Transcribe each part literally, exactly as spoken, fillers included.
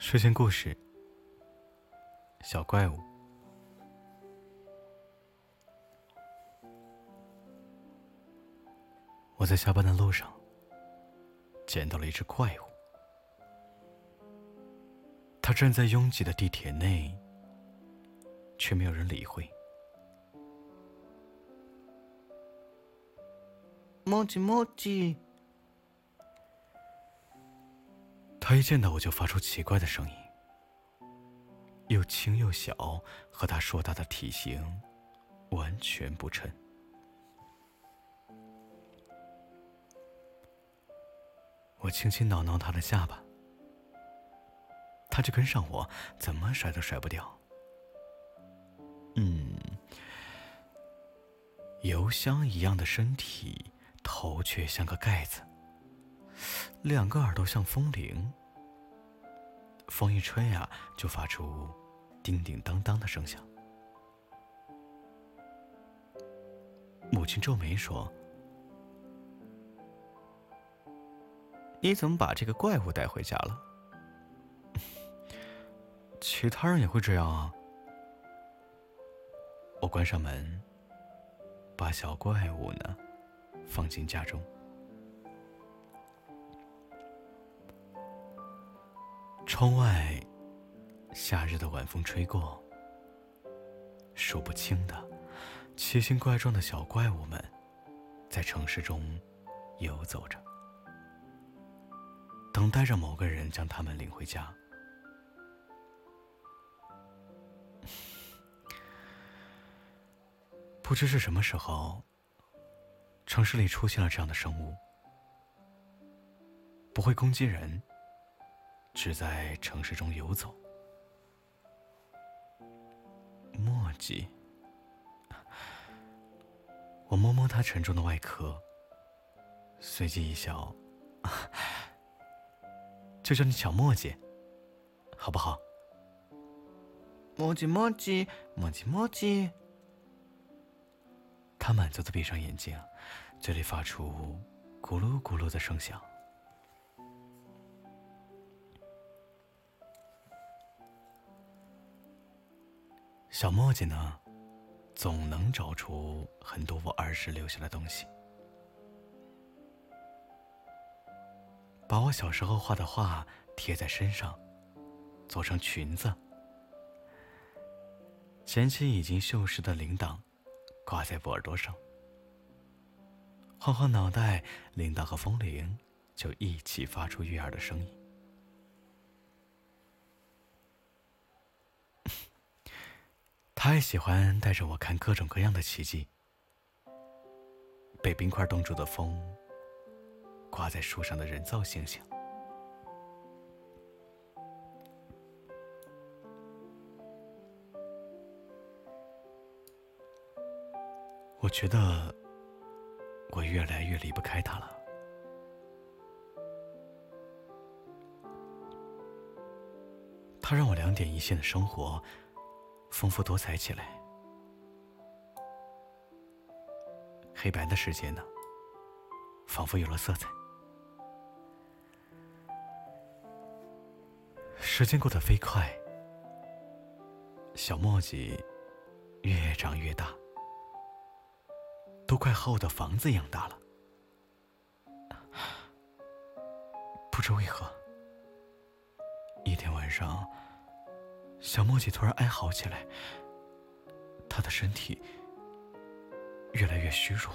睡前故事：小怪物。我在下班的路上见到了一只怪物，它站在拥挤的地铁内，却没有人理会。 莫吉莫吉， 它一见到我就发出奇怪的声音，又轻又小，和它硕大的体型完全不称。我轻轻挠挠它的下巴，它就跟上我，怎么甩都甩不掉。嗯，油箱一样的身体，头却像个盖子，两个耳朵像风铃，风一吹啊，就发出叮叮当当的声响。母亲皱眉说：“你怎么把这个怪物带回家了？”其他人也会这样啊。我关上门，把小怪物呢放进家中。窗外，夏日的晚风吹过，数不清的奇形怪状的小怪物们在城市中游走着，等待着某个人将他们领回家。不知是什么时候，城市里出现了这样的生物，不会攻击人，只在城市中游走。墨迹，我摸摸它沉重的外壳，随即一笑，就叫你小墨迹，好不好？ 莫吉莫吉，莫吉莫吉。 他满足地闭上眼睛，嘴里发出咕噜咕噜的声响。小墨迹呢，总能找出很多我儿时留下的东西，把我小时候画的画贴在身上，做成裙子，捡起已经锈蚀的铃铛挂在我耳朵上，晃晃脑袋，铃铛和风铃就一起发出悦耳的声音。他还喜欢带着我看各种各样的奇迹，被冰块冻住的风，挂在树上的人造星星。我觉得我越来越离不开它了。它让我两点一线的生活丰富多彩起来。黑白的世界呢，仿佛有了色彩。时间过得飞快，小墨迹越长越大，都快和我的房子一样大了。不知为何，一天晚上，小墨迹突然哀嚎起来，他的身体越来越虚弱。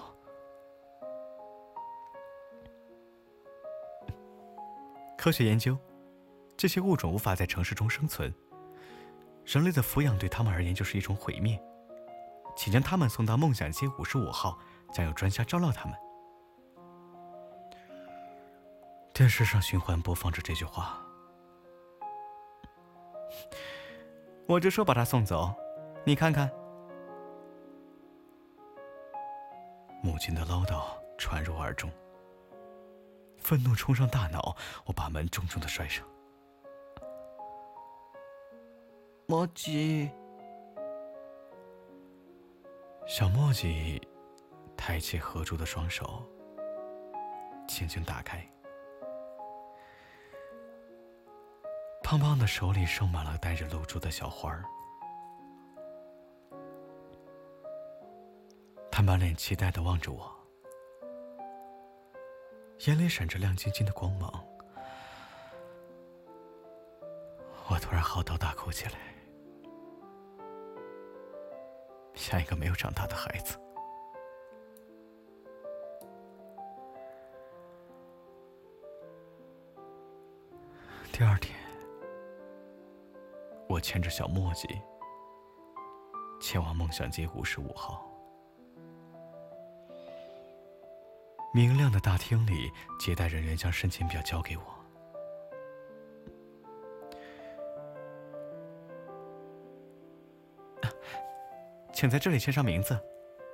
科学研究，这些物种无法在城市中生存，人类的抚养对他们而言就是一种毁灭。请将他们送到梦想街五十五号，将有专家照料他们。电视上循环播放着这句话。我就说把他送走，你看看。母亲的唠叨传入耳中，愤怒冲上大脑，我把门重重地摔上。 莫吉， 小墨迹抬起合住的双手，轻轻打开， 胖胖的手里盛满了带着露珠的小花儿，他满脸期待地望着我，眼里闪着亮晶晶的光芒。我突然嚎啕大哭起来，像一个没有长大的孩子。第二天，我牵着小墨迹前往梦想街五十五号。明亮的大厅里，接待人员将申请表交给我。请在这里签上名字。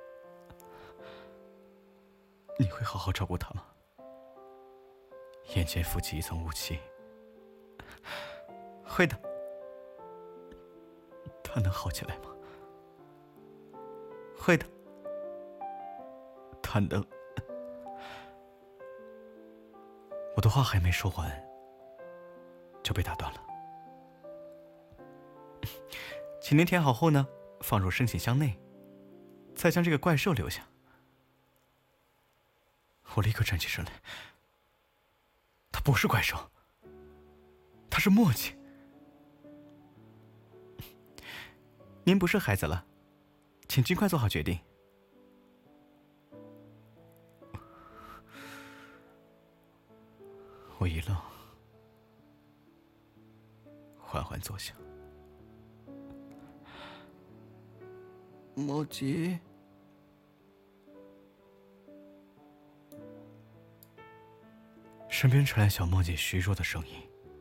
你会好好照顾他吗？眼前浮起一层雾气。会的。他能好起来吗？会的。他能……我的话还没说完，就被打断了。请您填好后呢，放入申请箱内，再将这个怪兽留下。我立刻站起身来。他不是怪兽，他是墨迹。您不是孩子了，请尽快做好决定。我一愣，缓缓坐下。 墨迹， 身边传来小墨迹虚弱的声音，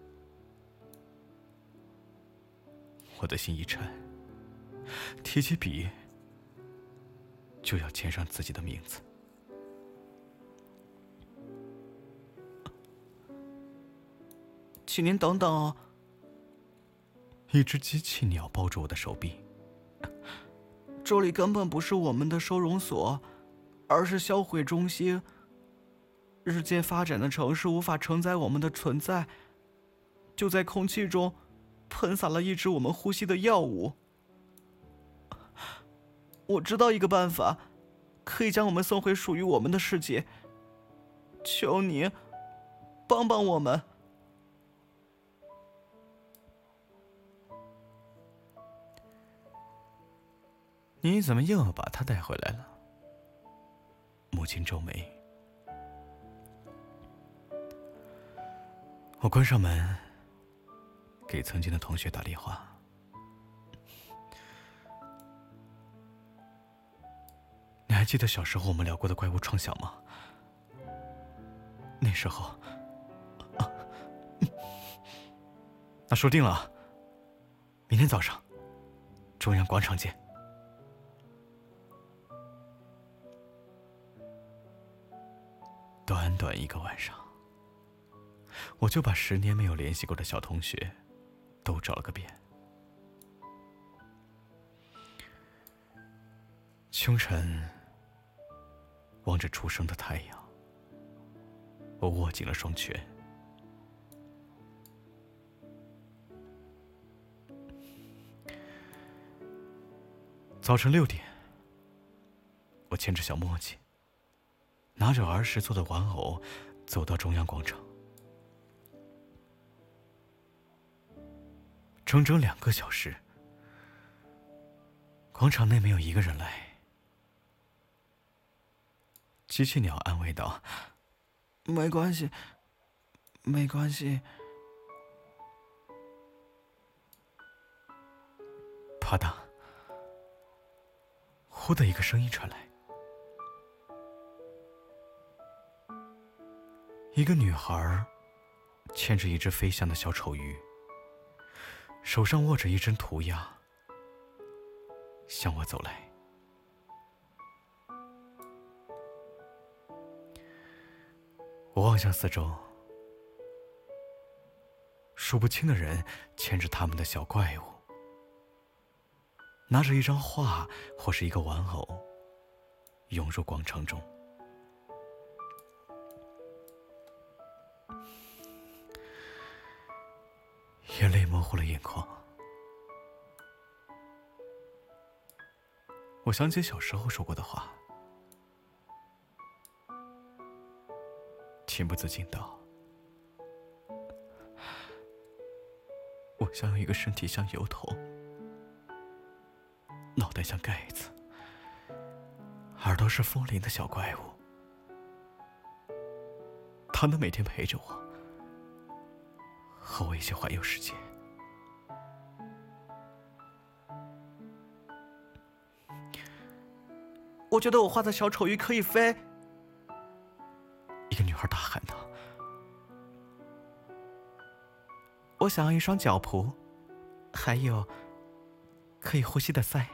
我的心一颤，提起笔就要签上自己的名字。 请您等等哦。 一只机器鸟抱住我的手臂。 这里根本不是我们的收容所，而是销毁中心。日渐发展的城市无法承载我们的存在，就在空气中喷洒了抑制我们呼吸的药物。我知道一个办法，可以将我们送回属于我们的世界。求您，帮帮我们。 你怎么又把他带回来了？母亲皱眉。我关上门，给曾经的同学打电话。你还记得小时候我们聊过的怪物创想吗？那时候，啊，那说定了，明天早上，中央广场见。短短一个晚上，我就把十年没有联系过的小同学都找了个遍。清晨，望着初升的太阳，我握紧了双拳。早晨六点，我牵着小墨迹，拿着儿时做的玩偶，走到中央广场。整整两个小时，广场内没有一个人来。机器鸟安慰道：“ 没关系，没关系。” 啪嗒，忽的一个声音传来。一个女孩牵着一只飞翔的小丑鱼，手上握着一针涂鸦，向我走来。我望向四周，数不清的人牵着他们的小怪物，拿着一张画或是一个玩偶，涌入广场中。 眼泪模糊了眼眶。我想起小时候说过的话，情不自禁道：我想有一个身体像油桶，脑袋像盖子，耳朵是风铃的小怪物，它能每天陪着我，和我一起环游世界。 我觉得我画的小丑鱼可以飞。 一个女孩大喊道： 我想要一双脚蹼，还有可以呼吸的鳃。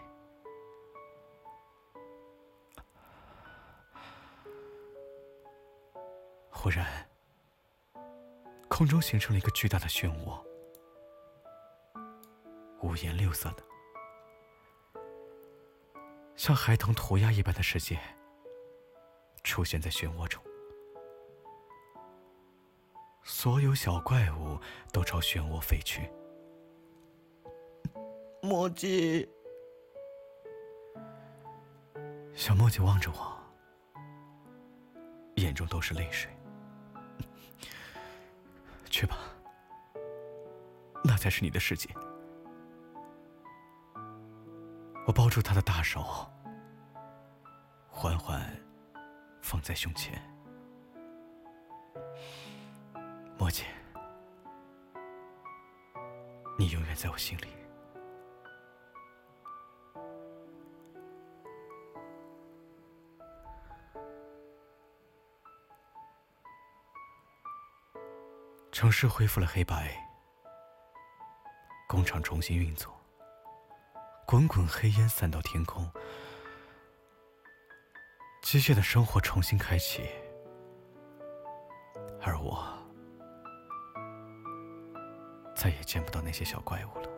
忽然，空中形成了一个巨大的漩涡，五颜六色的，像孩童涂鸦一般的世界出现在漩涡中。所有小怪物都朝漩涡飞去。 墨迹， 小墨迹望着我，眼中都是泪水。去吧，那才是你的世界。我抱住他的大手，缓缓放在胸前。墨迹，你永远在我心里。城市恢复了黑白，工厂重新运作，滚滚黑烟散到天空，机械的生活重新开启，而我再也见不到那些小怪物了。